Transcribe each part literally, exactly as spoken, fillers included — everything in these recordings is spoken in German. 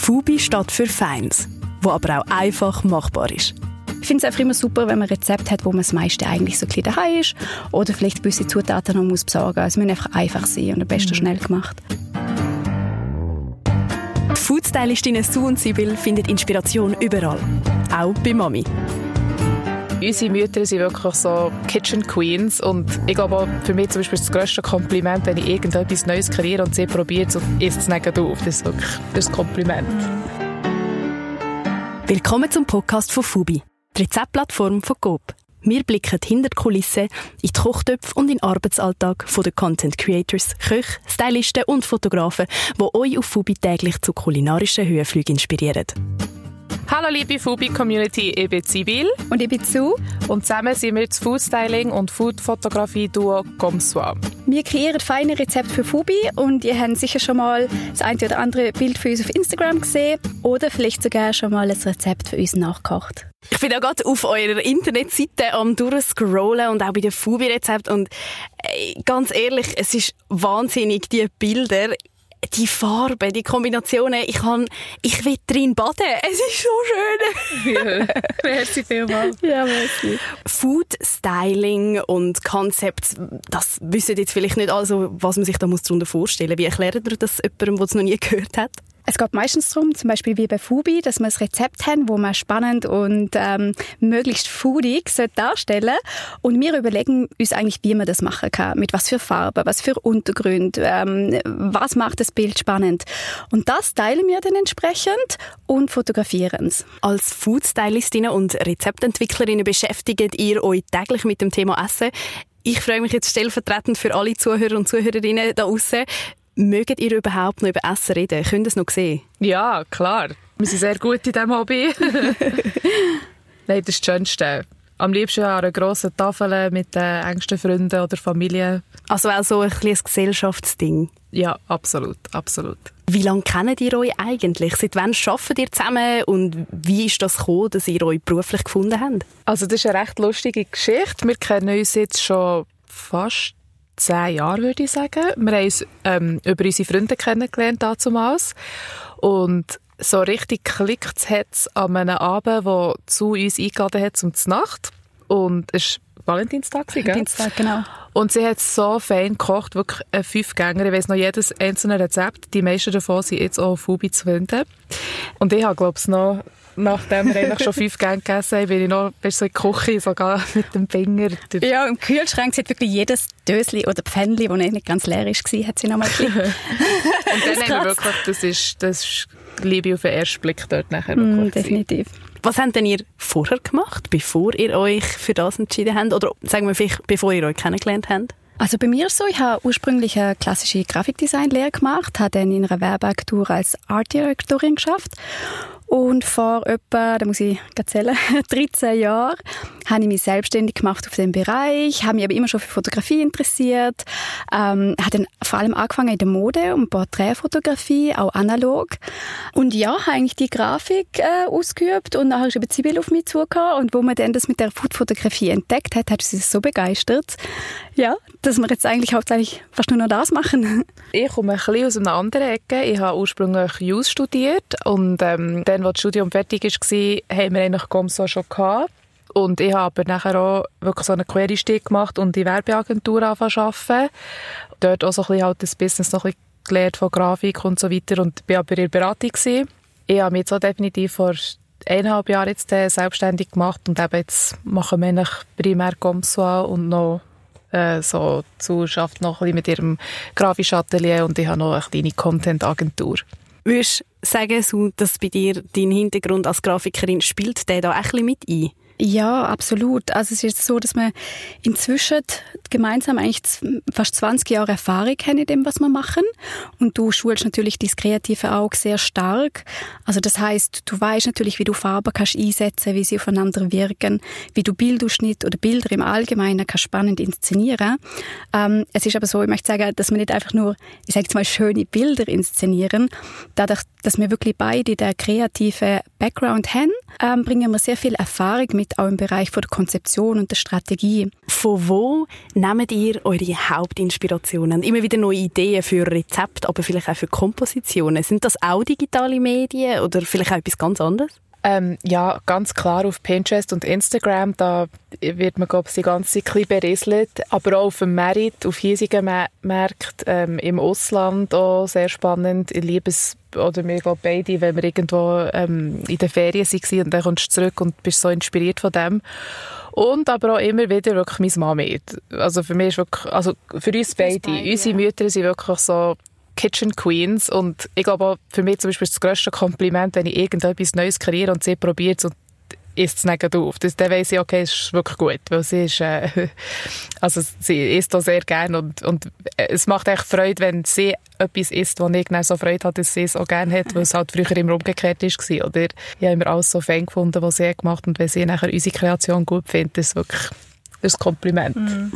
Fubi steht für Feins, wo aber auch einfach machbar ist. Ich finde es einfach immer super, wenn man ein Rezept hat, wo man das meiste eigentlich so ein bisschen daheim ist oder vielleicht gewisse Zutaten noch muss besorgen muss. Es muss einfach einfach sein und am besten schnell gemacht. Die Foodstylistinnen Sue und Sibyl finden Inspiration überall, auch bei Mami. Unsere Mütter sind wirklich so Kitchen Queens und ich glaube, für mich zum Beispiel das grösste Kompliment, wenn ich irgendetwas Neues kreiere und sie probiert und isst es nicht auf. Das ist wirklich das ist ein Kompliment. Willkommen zum Podcast von Fubi, die Rezeptplattform von Coop. Wir blicken hinter die Kulissen, in die Kochtöpfe und in den Arbeitsalltag der Content Creators, Köche, Stylisten und Fotografen, die euch auf Fubi täglich zu kulinarischen Höhenflügen inspirieren. Hallo liebe Fubi-Community, ich bin Sibyl. Und ich bin Sue. Und zusammen sind wir das Foodstyling und Foodfotografie-Duo Comsoir. Wir kreieren feine Rezepte für Fubi und ihr habt sicher schon mal das eine oder andere Bild für uns auf Instagram gesehen oder vielleicht sogar schon mal ein Rezept für uns nachgekocht. Ich bin auch gerade auf eurer Internetseite am durchscrollen und auch bei den Fubi-Rezepten und äh, ganz ehrlich, es ist wahnsinnig, die Bilder. Die Farben, die Kombinationen, ich kann, ich will drin baden. Es ist so schön. Ja, merci vielmals. Ja, merci. Food Styling und Konzept, das wissen jetzt vielleicht nicht also, was man sich da darunter vorstellen muss. Wie erklärt ihr das jemandem, der es noch nie gehört hat? Es geht meistens darum, zum Beispiel wie bei Fubi, dass wir ein Rezept haben, das man spannend und ähm, möglichst foodig darstellen sollte. Und wir überlegen uns eigentlich, wie man das machen kann. Mit was für Farben, was für Untergründe, ähm, was macht das Bild spannend. Und das teilen wir dann entsprechend und fotografieren es. Als Foodstylistinnen und Rezeptentwicklerinnen beschäftigt ihr euch täglich mit dem Thema Essen. Ich freue mich jetzt stellvertretend für alle Zuhörer und Zuhörerinnen da draussen. Mögt ihr überhaupt noch über Essen reden? Könnt ihr es noch sehen? Ja, klar. Wir sind sehr gut in diesem Hobby. Nein, das ist das Schönste. Am liebsten an einer grossen Tafel mit den engsten Freunden oder Familie. Also auch so ein kleines Gesellschaftsding? Ja, absolut, absolut. Wie lange kennt ihr euch eigentlich? Seit wann arbeitet ihr zusammen und wie ist das gekommen, dass ihr euch beruflich gefunden habt? Also das ist eine recht lustige Geschichte. Wir kennen uns jetzt schon fast zehn Jahre, würde ich sagen. Wir haben uns ähm, über unsere Freunde kennengelernt damals. Und so richtig geklickt hat es an einem Abend, wo zu uns eingeladen hat zum Znacht. Und es war Valentinstag, gell? Valentinstag, genau. Und sie hat so fein gekocht, wirklich ein Fünfgänger. Ich weiss noch jedes einzelne Rezept. Die meisten davon sind jetzt auch auf Fubi zu finden. Und ich habe, glaube ich, noch, nachdem wir eigentlich schon fünf Gänge gegessen haben, bin ich noch bis so in die Küche, sogar mit dem Finger. Ja, im Kühlschrank hat wirklich jedes Dösli oder Pfännli, das nicht ganz leer war, hat sie noch mal gekriegt. Und dann haben wir wirklich, das ist, das ist Liebe auf den ersten Blick dort nachher. Mm, definitiv. Was habt denn ihr vorher gemacht, bevor ihr euch für das entschieden habt? Oder sagen wir vielleicht, bevor ihr euch kennengelernt habt? Also bei mir ist so, ich habe ursprünglich eine klassische Grafikdesign-Lehre gemacht, habe dann in einer Werbeagentur als Art-Direktorin geschafft. Und vor etwa, da muss ich erzählen, dreizehn Jahren habe ich mich selbstständig gemacht auf diesem Bereich, habe mich aber immer schon für Fotografie interessiert, ähm, habe dann vor allem angefangen in der Mode und Porträtfotografie, auch analog. Und ja, habe eigentlich die Grafik äh, ausgeübt und nachher ist eben Sibyl auf mich zugekommen und wo man dann das mit der Foodfotografie entdeckt hat, hat sie sich so begeistert, ja, dass wir jetzt eigentlich hauptsächlich fast nur noch das machen. Ich komme ein bisschen aus einer anderen Ecke. Ich habe ursprünglich Jus studiert und ähm, dann, als das Studium fertig war, haben wir eigentlich Comsoir schon gehabt. Und ich habe aber nachher auch wirklich so einen Quereinstieg gemacht und die Werbeagentur angefangen zu arbeiten. Dort auch so ein bisschen halt das Business noch ein bisschen gelernt von Grafik und so weiter und bin aber in der Beratung gewesen. Ich habe mich jetzt auch definitiv vor eineinhalb Jahren jetzt äh, selbstständig gemacht und eben jetzt machen wir eigentlich primär Comsoir und noch äh, so zu schafft noch ein bisschen mit ihrem grafischen Atelier und ich habe noch eine kleine Content-Agentur. Würdest du sagen, so, dass bei dir dein Hintergrund als Grafikerin spielt der da auch ein bisschen mit ein? Ja, absolut. Also es ist so, dass wir inzwischen gemeinsam eigentlich fast zwanzig Jahre Erfahrung haben in dem, was wir machen. Und du schulst natürlich dein kreative Auge sehr stark. Also das heisst, du weißt natürlich, wie du Farben kannst einsetzen, wie sie aufeinander wirken, wie du Bildausschnitt oder Bilder im Allgemeinen kannst spannend inszenieren. Ähm, es ist aber so, ich möchte sagen, dass wir nicht einfach nur, ich sage jetzt mal, schöne Bilder inszenieren. Dadurch, dass wir wirklich beide den kreativen Background haben, ähm, bringen wir sehr viel Erfahrung mit Arbeit auch im Bereich von der Konzeption und der Strategie. Von wo nehmt ihr eure Hauptinspirationen? Immer wieder neue Ideen für Rezepte, aber vielleicht auch für Kompositionen. Sind das auch digitale Medien oder vielleicht auch etwas ganz anderes? Ähm, ja, ganz klar auf Pinterest und Instagram, da wird man, glaube ich, die ganze Zeit berieselt. Aber auch auf dem Merit, auf hiesigen Märkten, ähm, im Ausland auch sehr spannend. Ich liebe es, oder wir gehen beide, wenn wir irgendwo ähm, in den Ferien waren und dann kommst du zurück und bist so inspiriert von dem. Und aber auch immer wieder wirklich meine Mami. Also für mich ist wirklich, also für uns beide, beide unsere ja. Mütter sind wirklich so Kitchen Queens und ich glaube auch für mich zum Beispiel das grösste Kompliment, wenn ich irgendetwas Neues kreiere und sie probiert es und isst es nicht auf. Das, dann weiss ich, okay, es ist wirklich gut, weil sie ist, äh, also sie isst auch sehr gerne und, und es macht echt Freude, wenn sie etwas isst, wo ich dann so Freude habe, dass sie es auch gerne hat, weil es halt früher immer umgekehrt war. Oder ich habe immer alles so fein gefunden, was sie gemacht hat und wenn sie nachher unsere Kreation gut findet, ist es wirklich das Kompliment. Mm.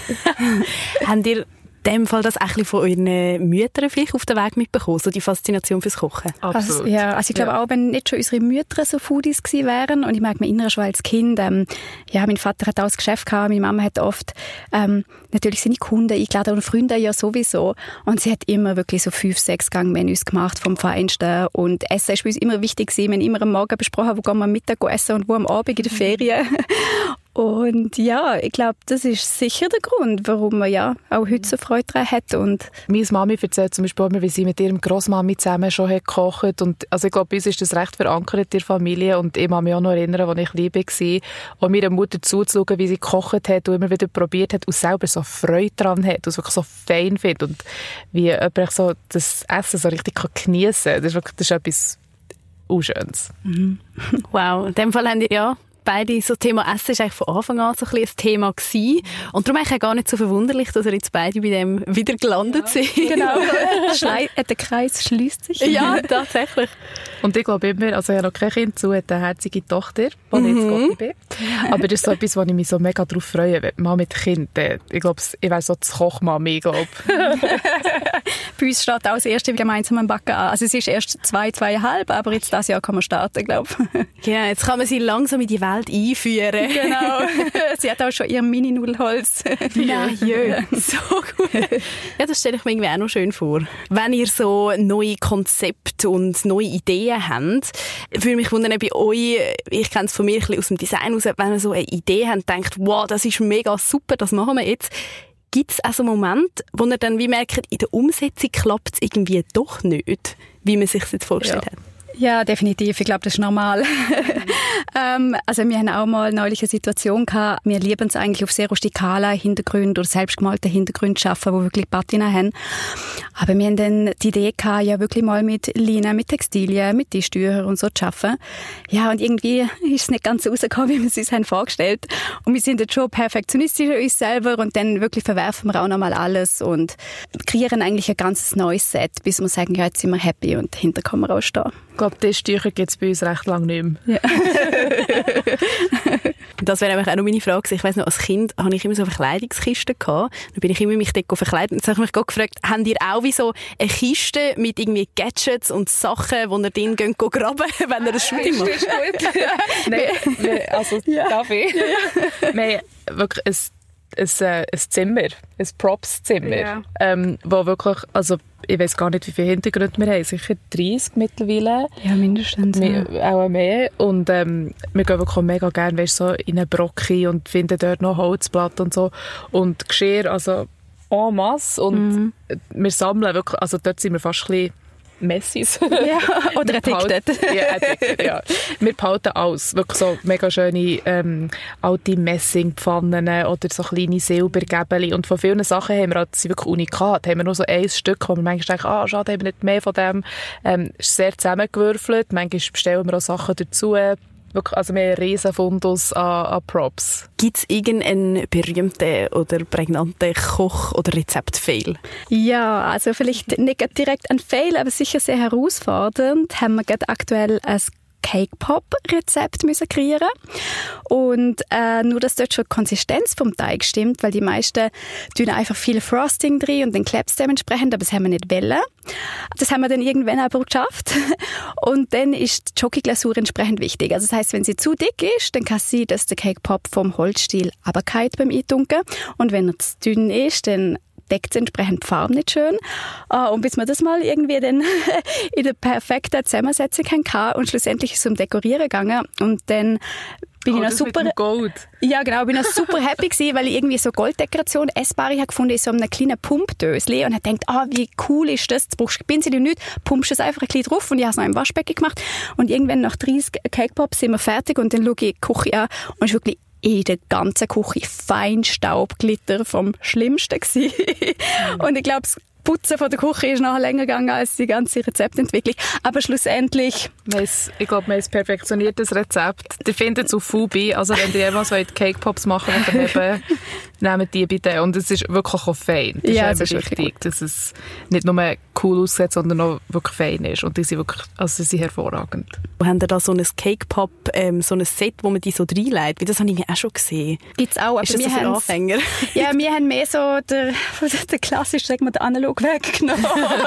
Habt ihr in dem Fall das auch ein bisschen von euren Müttern vielleicht auf den Weg mitbekommen, so die Faszination fürs Kochen? Absolut. Also, ja, also ich glaube ja. auch, wenn nicht schon unsere Mütter so Foodies gewesen wären, und ich mag mich erinnern, schon als Kind, ähm, ja, mein Vater hat auch das Geschäft gehabt, meine Mama hat oft ähm, natürlich seine Kunden eingeladen und Freunde ja sowieso, und sie hat immer wirklich so fünf, sechs Gang-Menüs gemacht vom Feinsten, und Essen ist für uns immer wichtig gewesen. Wir haben immer am Morgen besprochen, wo gehen wir am Mittag essen und wo am Abend in der Ferien. Und ja, ich glaube, das ist sicher der Grund, warum man ja auch heute so Freude daran hat. Und meine Mami erzählt zum Beispiel immer, wie sie mit ihrem Grossmami zusammen schon hat gekocht. Und also ich glaube, bei uns ist das recht verankert in der Familie. Und ich kann mich auch noch erinnern, als ich liebe war, auch meiner Mutter zuzuschauen, wie sie gekocht hat und immer wieder probiert hat und selber so Freude daran hat und es wirklich so fein findet. Und wie jemand so das Essen so richtig geniessen kann. Das ist wirklich das ist etwas Unschönes. Mhm. Wow, in dem Fall haben die ja beide, so das Thema Essen ist eigentlich von Anfang an so ein, ein Thema gewesen. Und darum eigentlich gar nicht so verwunderlich, dass ihr jetzt beide bei dem wieder gelandet ja. sind. Genau. Der Kreis schließt sich. Ja, tatsächlich. Und ich glaube immer, also ich habe noch kein Kind zu, hat eine herzige Tochter, die mhm. jetzt Gott bin. Aber das ist so etwas, wo ich mich so mega darauf freue, wenn mal mit Kind. Ich glaube, ich wäre so das Kochmami, ich glaube. Bei uns steht auch das erste gemeinsam am Backen an. Also es ist erst zwei, zweieinhalb, aber jetzt dieses Jahr kann man starten, glaube ich. Genau, jetzt kann man sie langsam in die Welt einführen. Genau. Sie hat auch schon ihr Mini-Nudelholz. Nein, jö. So gut. Ja, das stelle ich mir irgendwie auch noch schön vor. Wenn ihr so neue Konzepte und neue Ideen habt, würde mich wundern, bei euch, ich kenne es von mir ein bisschen aus dem Design raus, wenn ihr so eine Idee habt, denkt, wow, das ist mega super, das machen wir jetzt. Gibt es also einen Moment, wo ihr dann wie merkt, in der Umsetzung klappt es irgendwie doch nicht, wie man sich das jetzt vorgestellt ja. hat? Ja, definitiv. Ich glaube, das ist normal. ähm, also wir haben auch mal neulich eine Situation gehabt, wir lieben es eigentlich auf sehr rustikalen Hintergründen oder selbstgemalten Hintergründen zu arbeiten, die wirklich Patina haben. Aber wir haben dann die Idee gehabt, ja wirklich mal mit Leinen, mit Textilien, mit Tischtüchern und so zu arbeiten. Ja, und irgendwie ist es nicht ganz so rausgekommen, wie wir es uns haben vorgestellt. Und wir sind jetzt schon perfektionistisch an uns selber und dann wirklich verwerfen wir auch nochmal alles und kreieren eigentlich ein ganzes neues Set, bis wir sagen, ja, jetzt sind wir happy und hinter kann man auch stehen. Ich glaube, Tischtücher gibt es bei uns recht lange nicht mehr. Ja. Das wäre nämlich auch noch meine Frage. Ich weiss noch, als Kind hatte ich immer so Verkleidungskisten gehabt. Dann bin ich immer mich dort verkleidet. Und jetzt habe ich mich gefragt, habt ihr auch wie so eine Kiste mit irgendwie Gadgets und Sachen, wo ihr drin geht, graben, wenn ihr das Shooting macht? Ist gut. Nein, also ja. darf ich? Ja, ja. Wir haben wirklich ein, ein, ein Zimmer, ein Props-Zimmer, ja. ähm, wo wirklich, also ich weiss gar nicht, wie viele Hintergründe wir haben. Sicher dreißig mittlerweile. Ja, mindestens. Wir, ja. Auch mehr. Und ähm, wir gehen wirklich mega gerne weißt, so in eine Brocke und finden dort noch Holzblatt und so. Und Geschirr, also en masse. Und mhm. wir sammeln wirklich, also dort sind wir fast ein bisschen Messis. Ja, oder addicted. Ja, addicted, ja. Wir behalten alles. Wirklich so mega schöne ähm, alte Messingpfannen oder so kleine Silbergäbeli. Und von vielen Sachen haben wir halt, sind wirklich unikat. Haben wir nur so ein Stück, wo wir manchmal denken, ah, schade, haben wir nicht mehr von dem. Ähm, ist sehr zusammengewürfelt. Manchmal bestellen wir auch Sachen dazu. Wirklich, also wir haben einen riesen Fundus an, an Props. Gibt es irgendeinen berühmten oder prägnanten Koch- oder Rezept-Fail? Ja, also vielleicht nicht direkt ein Fail, aber sicher sehr herausfordernd. Haben wir gerade aktuell ein Cake-Pop-Rezept müssen kreieren. Und äh, nur, dass dort schon die Konsistenz vom Teig stimmt, weil die meisten tun einfach viel Frosting drin und dann klebt es dementsprechend, aber das haben wir nicht wollen. Das haben wir dann irgendwann aber geschafft. Und dann ist die Schokoglasur entsprechend wichtig. Also das heisst, wenn sie zu dick ist, dann kann es sein, dass der Cake-Pop vom Holzstiel runterfällt beim Eintunken. Und wenn er zu dünn ist, dann deckt es entsprechend die Farbe nicht schön. Uh, und bis wir das mal irgendwie dann in der perfekten Zusammensetzung hatten und schlussendlich ist es um Dekorieren gegangen und dann bin oh, ich noch das super mit dem Gold. Ja, genau, bin noch super happy gewesen, weil ich irgendwie so Golddekoration essbare habe gefunden in so einem kleinen Pumpdösli und habe gedacht, ah, wie cool ist das? Du brauchst Pinsel und nichts, pumpst es einfach ein bisschen drauf und ich habe es noch im Waschbecken gemacht und irgendwann nach dreißig Cake Pops sind wir fertig und dann schaue ich die Küche an und es ist wirklich in der ganzen Küche Feinstaubglitter vom Schlimmsten gewesen. Und ich glaube, das Putzen von der Küche ist nachher länger gegangen als die ganze Rezeptentwicklung. Aber schlussendlich... Ich glaube, wir haben ein perfektioniertes Rezept. Ihr findet es auf Fubi. Also wenn ihr jemals Cake Pops machen wollt, nehmt die bitte. Und es ist wirklich auch fein. Das ja, ist es ist wichtig, dass es nicht nur cool aussieht, sondern auch wirklich fein ist. Und die sind wirklich, also sie sind hervorragend. Haben ihr da so ein Cake Pop, ähm, so ein Set, wo man die so reinlegt? Weil das habe ich auch schon gesehen. Gibt's auch. Ist das so für Anfänger? Ja, wir haben mehr so den, den klassischen, sagen wir, den analog weggenommen.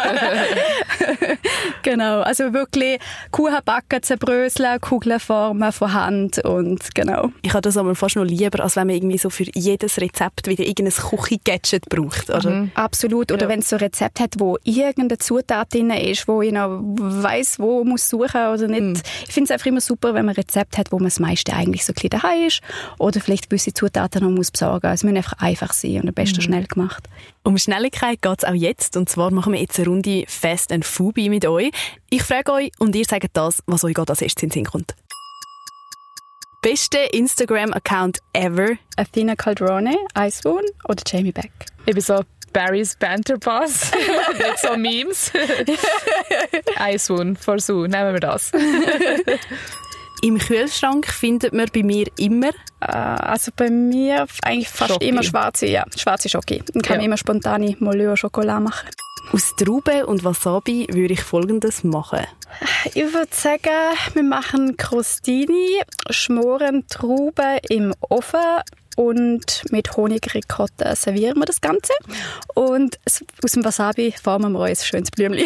Genau, also wirklich Kuchen backen, zerbröseln, Kugeln formen von Hand und genau. Ich habe das aber fast noch lieber, als wenn man irgendwie so für jedes Rezept wieder irgendein Küchen-Gadget braucht, oder? Mhm. Absolut. Oder ja. wenn es so ein Rezept hat, wo irgendeine Zutat drin ist, wo ich noch weiss, wo muss suchen oder nicht. Mhm. Ich finde es einfach immer super, wenn man ein Rezept hat, wo man das meiste eigentlich so ein bisschen daheim ist oder vielleicht gewisse Zutaten noch muss besorgen. Es muss einfach einfach sein und am besten mhm. schnell gemacht. Um Schnelligkeit geht es auch jetzt. Und zwar machen wir jetzt eine Runde Fast and Fubi mit euch. Ich frage euch und ihr sagt das, was euch gerade als erstes in den Sinn kommt. Beste Instagram-Account ever? Athena Calderone, iSwoon oder Jamie Beck? Ich bin so Barry's Banter-Pass. Nicht so Memes. iSwoon, for Sue. Nehmen wir das. Im Kühlschrank findet man bei mir immer? Äh, also bei mir eigentlich fast Schoki. immer schwarze, ja, schwarze Schoki. Dann kann ja. man immer spontane Moelleux Schokolade machen. Aus Trauben und Wasabi würde ich Folgendes machen. Ich würde sagen, wir machen Crostini, schmoren Trauben im Ofen und mit Honigricotta servieren wir das Ganze. Und aus dem Wasabi formen wir uns ein schönes Blümchen.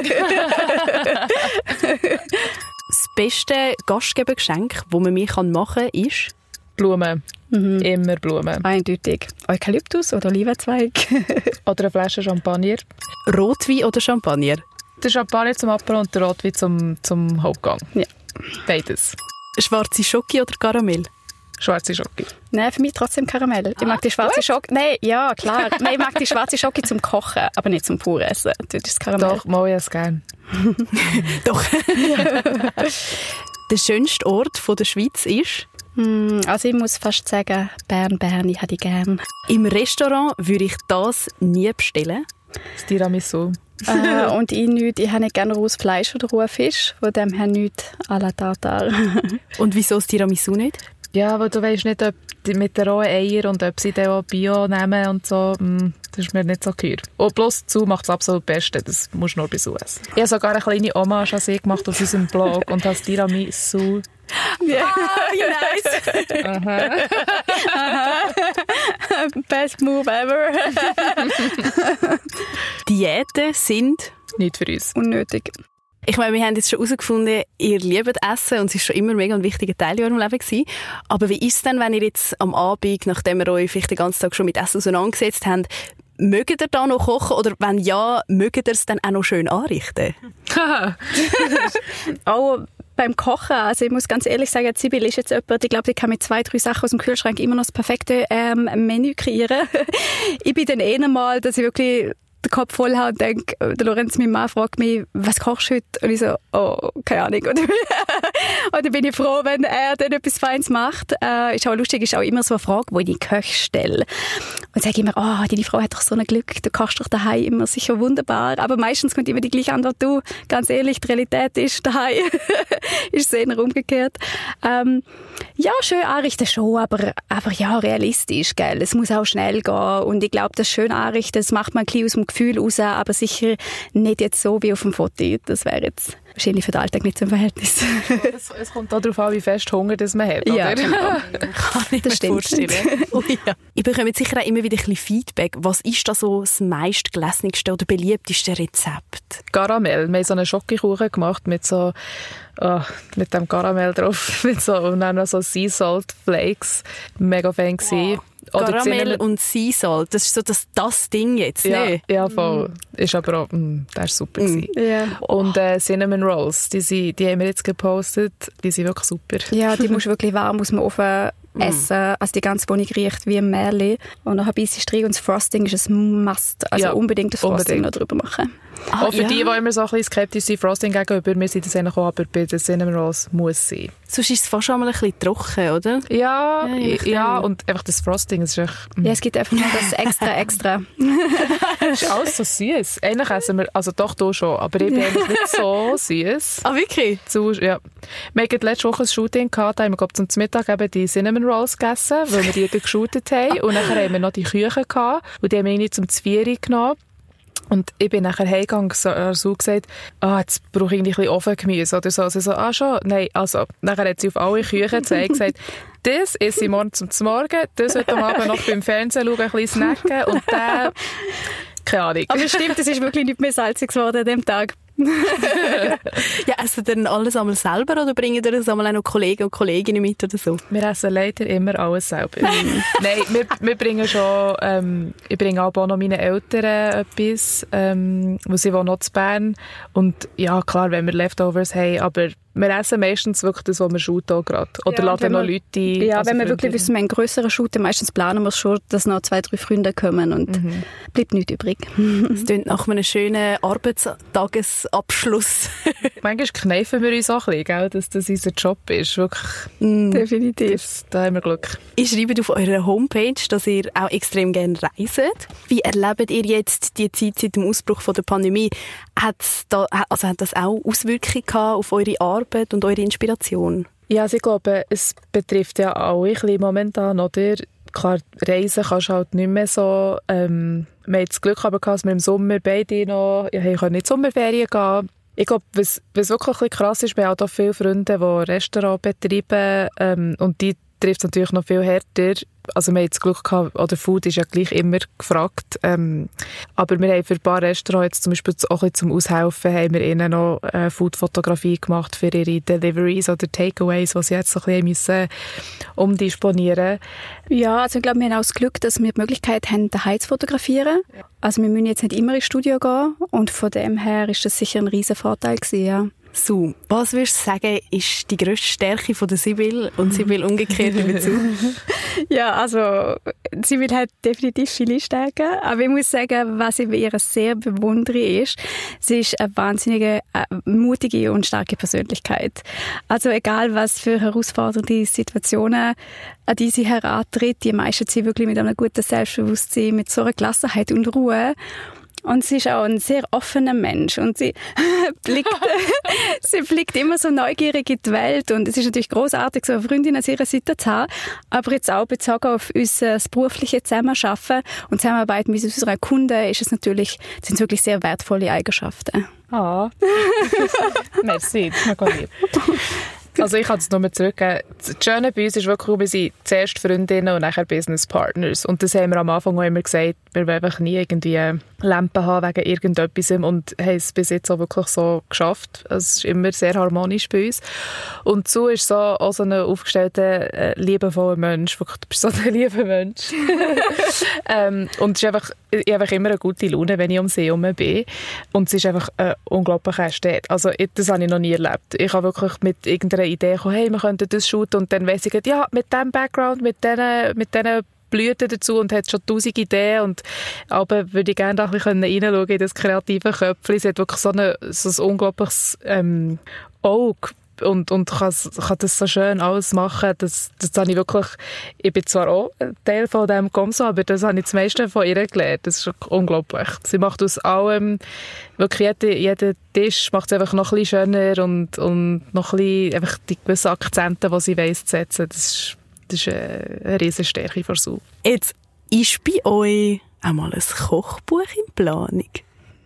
Das beste Gastgebergeschenk, das man mir machen kann, ist? Blumen. Mhm. Immer Blumen. Eindeutig. Eukalyptus oder Olivenzweig. Oder eine Flasche Champagner. Rotwein oder Champagner? Der Champagner zum Apero und der Rotwein zum, zum Hauptgang. Ja. Beides. Schwarze Schoki oder Karamell? Schwarze Schoki. Nein, für mich trotzdem Karamell. Ich mag die schwarze Schoki. Nein, ja, klar. Nein, ich mag die schwarze Schoki zum Kochen, aber nicht zum pur Essen. Das ist Karamell. Doch, mal ich es gerne. Doch. Der schönste Ort von der Schweiz ist? Also ich muss fast sagen, Bern, Bern, ich habe die gern. Im Restaurant würde ich das nie bestellen. Das Tiramisu. äh, und ich nicht, ich habe nicht gerne rohes Fleisch oder rohen Fisch, von dem her nicht à la Tartare. Und wieso das Tiramisu nicht? Ja, weil du weißt nicht, ob die mit den rohen Eiern und ob sie dann auch Bio nehmen und so, das ist mir nicht so geheuer. Und bloß dazu macht es absolut das Beste, das musst du nur bei so essen. Ich habe sogar eine kleine Hommage an sie gemacht auf unserem Blog und das Tiramisu. Ja, ah, nice. Aha. Aha. Best move ever. Diäten sind nicht für uns. Unnötig. Ich meine, wir haben jetzt schon herausgefunden, ihr liebt Essen und es war schon immer ein mega ein wichtiger Teil in eurem Leben gewesen. Aber wie ist es denn, wenn ihr jetzt am Abend, nachdem ihr euch vielleicht den ganzen Tag schon mit Essen auseinandergesetzt habt, mögt ihr da noch kochen oder wenn ja, mögt ihr es dann auch noch schön anrichten? Auch beim Kochen, also ich muss ganz ehrlich sagen, Sibylle ist jetzt jemand, ich glaube, die kann mit zwei, drei Sachen aus dem Kühlschrank immer noch das perfekte ähm, Menü kreieren. Ich bin dann eher mal, dass ich wirklich den Kopf voll habe und denke, der Lorenz, mein Mann, fragt mich, was kochst du heute? Und ich so, oh, keine Ahnung. Und, und dann bin ich froh, wenn er dann etwas Feines macht. Äh, ist auch lustig, ist auch immer so eine Frage, die ich in die Köche stelle. Und sage immer, oh, deine Frau hat doch so ein Glück, du kochst doch daheim immer sicher wunderbar. Aber meistens kommt immer die gleiche Antwort, du, ganz ehrlich, die Realität ist daheim. Ist es eher umgekehrt. Ähm, ja, schön anrichten schon, aber, aber ja, realistisch, gell. Es muss auch schnell gehen. Und ich glaube, das schön anrichten, das macht man ein bisschen aus dem Gefühl raus, aber sicher nicht jetzt so wie auf dem Foto. Das wäre jetzt wahrscheinlich für den Alltag nicht zum Verhältnis. es, es kommt auch darauf an, wie fest Hunger das man hat. Ja, oder? genau. Kann ich Das mir stimmt. vorstellen. Oh, ja. Ich bekomme sicher auch immer wieder ein bisschen Feedback. Was ist da so das meistgelesenste oder beliebteste Rezept? Karamell. Wir haben so einen Schokokuchen gemacht mit so oh, mit dem Karamell drauf, mit so, und dann noch so Sea Salt Flakes. Mega Fan gewesen. Wow. Karamell und Sea Salt, das ist so das, das Ding jetzt, ja, ne? ja, voll. Mm. Ist aber auch, mm, der war super. Mm. Ja. Und äh, Cinnamon Rolls, die, sind, die haben wir jetzt gepostet, die sind wirklich super. Ja, die musst du wirklich warm aus dem Ofen essen. Also die ganze Bohne riecht wie ein Märli. Und nachher beißt du rein und das Frosting ist ein Must. Also ja, unbedingt das Frosting unbedingt. noch drüber machen. Ah, auch für ja. die, die immer so ein bisschen skeptisch sind, Frosting gegenüber, wir sind das eigentlich auch, aber bei den Cinnamon Rolls muss sein. Sonst ist es fast schon mal ein bisschen trocken, oder? Ja, Ja, ja, ich ja denke. und einfach das Frosting, das ist echt... Mm. Ja, es gibt einfach nur das extra, extra. Das ist alles so süß. Eigentlich essen wir, also doch du schon, aber ich bin eigentlich nicht so süß. Ah, wirklich? Zu, ja. Wir hatten letzte Woche ein Shooting gehabt, da haben wir glaub, zum Mittag eben die Cinnamon Rolls gegessen, weil wir die geshootet haben. Und dann haben wir noch die Küche gehabt und die haben wir irgendwie zum Zvieri genommen. Und ich bin nachher heimgegangen so, äh, so gesagt, ah, jetzt brauche ich irgendwie ein bisschen Ofengemüse oder so. Sie so, ah schon, nein, also, nachher hat sie auf alle Küchen gezeigt, gesagt, das esse ich morgen zum Morgen, das wird am Abend noch beim Fernsehen schauen, ein bisschen snacken und dann, keine Ahnung. Aber stimmt, es ist wirklich nicht mehr salzig geworden an dem Tag. Ja, essen ihr denn alles einmal selber oder bringen ihr das einmal auch noch Kollegen und Kolleginnen mit oder so? Wir essen leider immer alles selber. Nein, wir, wir bringen schon, ähm, ich bringe auch noch meinen Eltern etwas, ähm, wo sie wohnen noch in Bern. Und ja, klar, wenn wir Leftovers haben, aber wir essen meistens wirklich das, was wir shooten auch gerade. Oder Ja, laden wenn noch wir- Leute ein. Ja, also wenn wir wirklich Freundinnen. wissen, wir haben einen grösseren Shoot, dann meistens planen wir schon, dass noch zwei, drei Freunde kommen und Mhm. bleibt nichts übrig. Es klingt nach einem schönen Arbeitstagesabschluss. Manchmal kneifen wir uns auch ein bisschen, gell, dass das unser Job ist. Wirklich, Definitiv. das, da haben wir Glück. Ihr schreibt auf eurer Homepage, dass ihr auch extrem gerne reist. Wie erlebt ihr jetzt die Zeit seit dem Ausbruch von der Pandemie? Hat's da, also hat das auch Auswirkungen gehabt auf eure Arbeit und eure Inspiration? Ja, also ich glaube, es betrifft ja alle ein bisschen momentan, oder? Klar, reisen kannst du halt nicht mehr so. Ähm, wir hatten das Glück aber gehabt, dass wir im Sommer beide noch, ja, wir können in die Sommerferien gehen. Ich glaube, was, was wirklich ein bisschen krass ist, wir haben auch viele Freunde, die Restaurants betreiben, ähm, und die trifft es natürlich noch viel härter. Also wir haben das Glück gehabt, oder Food ist ja gleich immer gefragt. Ähm, aber wir haben für ein paar Restaurants, jetzt zum Beispiel auch ein bisschen zum Aushelfen, haben wir ihnen noch äh, Food-Fotografie gemacht für ihre Deliveries oder Takeaways, die sie jetzt so ein bisschen müssen umdisponieren. Ja, also ich glaube, wir haben auch das Glück, dass wir die Möglichkeit haben, daheim zu fotografieren. Ja. Also wir müssen jetzt nicht immer ins Studio gehen und von dem her ist das sicher ein riesen Vorteil gewesen, ja. So, was würdest du sagen, ist die grösste Stärke von der Sibyl und Sibyl umgekehrt dazu? Ja, also Sibyl hat definitiv viele Stärken, aber ich muss sagen, was ich bei ihr sehr bewundere, ist, sie ist eine wahnsinnige, äh, mutige und starke Persönlichkeit. Also egal, was für herausfordernde Situationen an die sie herantritt, die meistert sie wirklich mit einem guten Selbstbewusstsein, mit so einer Gelassenheit und Ruhe. Und sie ist auch ein sehr offener Mensch und sie blickt, sie blickt immer so neugierig in die Welt und es ist natürlich großartig, so eine Freundin an ihrer Seite zu haben, aber jetzt auch bezogen auf unser berufliche Zusammenarbeiten und Zusammenarbeit mit unseren Kunden ist es natürlich, sind es wirklich sehr wertvolle Eigenschaften. Ah. Merci, das ist mir lieb. Also ich kann es nur zurückgeben. Das Schöne bei uns ist wirklich, wir sind zuerst Freundinnen und nachher Business Partners. Und das haben wir am Anfang auch immer gesagt, wir wollen einfach nie irgendwie Lampen haben wegen irgendetwas und haben es bis jetzt auch wirklich so geschafft. Es ist immer sehr harmonisch bei uns. Und so ist so auch so ein aufgestellter, äh, liebevoller Mensch. Wirklich, du bist so ein lieber Mensch. ähm, und es ist einfach, ich habe einfach immer eine gute Laune, wenn ich um sie herum bin. Und es ist einfach ein unglaublicher Ästhet. Also ich, das habe ich noch nie erlebt. Ich habe wirklich mit irgendeiner Idee gekommen, hey, wir könnten das shooten und dann weiss ich, ja, mit diesem Background, mit diesen mit diesen Blüten dazu und hat schon tausend Ideen und aber würde ich gerne da ein bisschen reinschauen in das kreative Köpfchen. Sie hat wirklich so, eine, so ein unglaubliches ähm, Auge und, und kann, kann das so schön alles machen. Das, das habe ich wirklich, ich bin zwar auch ein Teil von dem Komso, aber das habe ich das meiste von ihr gelernt. Das ist unglaublich. Sie macht aus allem, wirklich jeder, jeder Tisch macht es einfach noch ein bisschen schöner und, und noch ein bisschen einfach die gewissen Akzente, die sie weiss zu setzen. Das ist Das ist eine riesige Stärke von Su. Jetzt ist bei euch auch mal ein Kochbuch in Planung?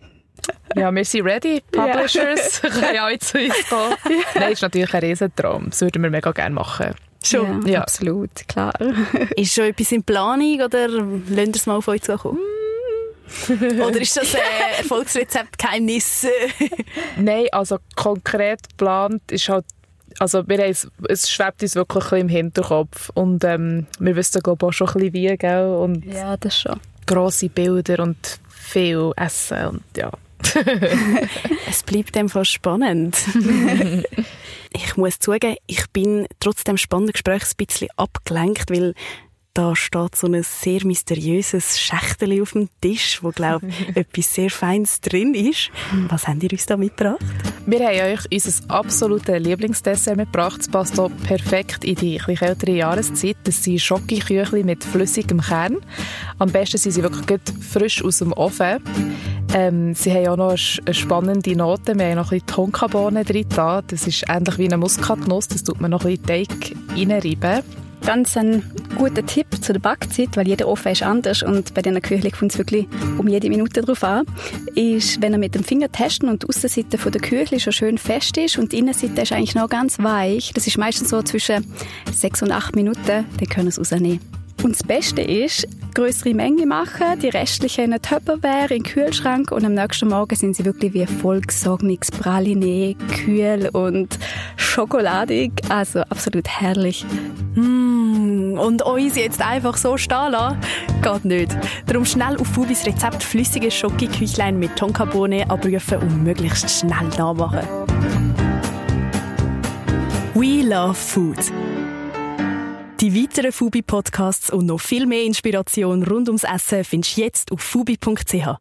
Ja, wir sind ready. Publishers ja. können auch zu uns kommen. Ja. Nein, das ist natürlich ein Riesentraum. Das würden wir mega gerne machen. Schon? Ja, ja. Absolut, klar. Ist schon etwas in Planung oder lasst ihr es mal auf euch zukommen? Oder ist das ein Erfolgsrezept-Geheimnis? Nein, also konkret geplant ist halt, also wir haben, es schwebt uns wirklich ein bisschen im Hinterkopf und ähm, wir wissen glaube ich auch schon ein bisschen wie, gell? Und ja, das schon. Grosse Bilder und viel Essen und ja. Es bleibt dem Fall spannend. Ich muss zugeben, ich bin trotz dem spannenden Gespräch ein bisschen abgelenkt, weil da steht so ein sehr mysteriöses Schächtel auf dem Tisch, wo, glaube ich, etwas sehr Feines drin ist. Was habt ihr uns da mitgebracht? Wir haben euch unser absolutes Lieblingsdessert mitgebracht. Es passt auch perfekt in die etwas ältere Jahreszeit. Das sind Schokoküchli mit flüssigem Kern. Am besten sind sie wirklich frisch aus dem Ofen. Ähm, sie haben auch noch eine spannende Note. Wir haben noch ein bisschen Tonkabohnen drin. Das ist ähnlich wie eine Muskatnuss. Das tut man noch ein bisschen Teig reinreiben. Ganz ein guter Tipp zu der Backzeit, weil jeder Ofen ist anders und bei diesen Küchli kommt es wirklich um jede Minute drauf an, ist, wenn ihr mit dem Finger testen und die Aussenseite von der Küchli schon schön fest ist und die Innenseite ist eigentlich noch ganz weich, das ist meistens so zwischen sechs und acht Minuten, dann können wir es rausnehmen. Und das Beste ist, grössere Menge machen, die restlichen in einen Tupperware, in den Kühlschrank und am nächsten Morgen sind sie wirklich wie vollgesogenes Praline, kühl und schokoladig. Also absolut herrlich. Mm, und uns jetzt einfach so stehen lassen? Geht nicht. Darum schnell auf Fubis Rezept flüssige Schokoküchlein mit Tonkabohnen abrufen und möglichst schnell nachmachen. We love food. Die weiteren Fubi-Podcasts und noch viel mehr Inspiration rund ums Essen findest du jetzt auf fubi punkt c h.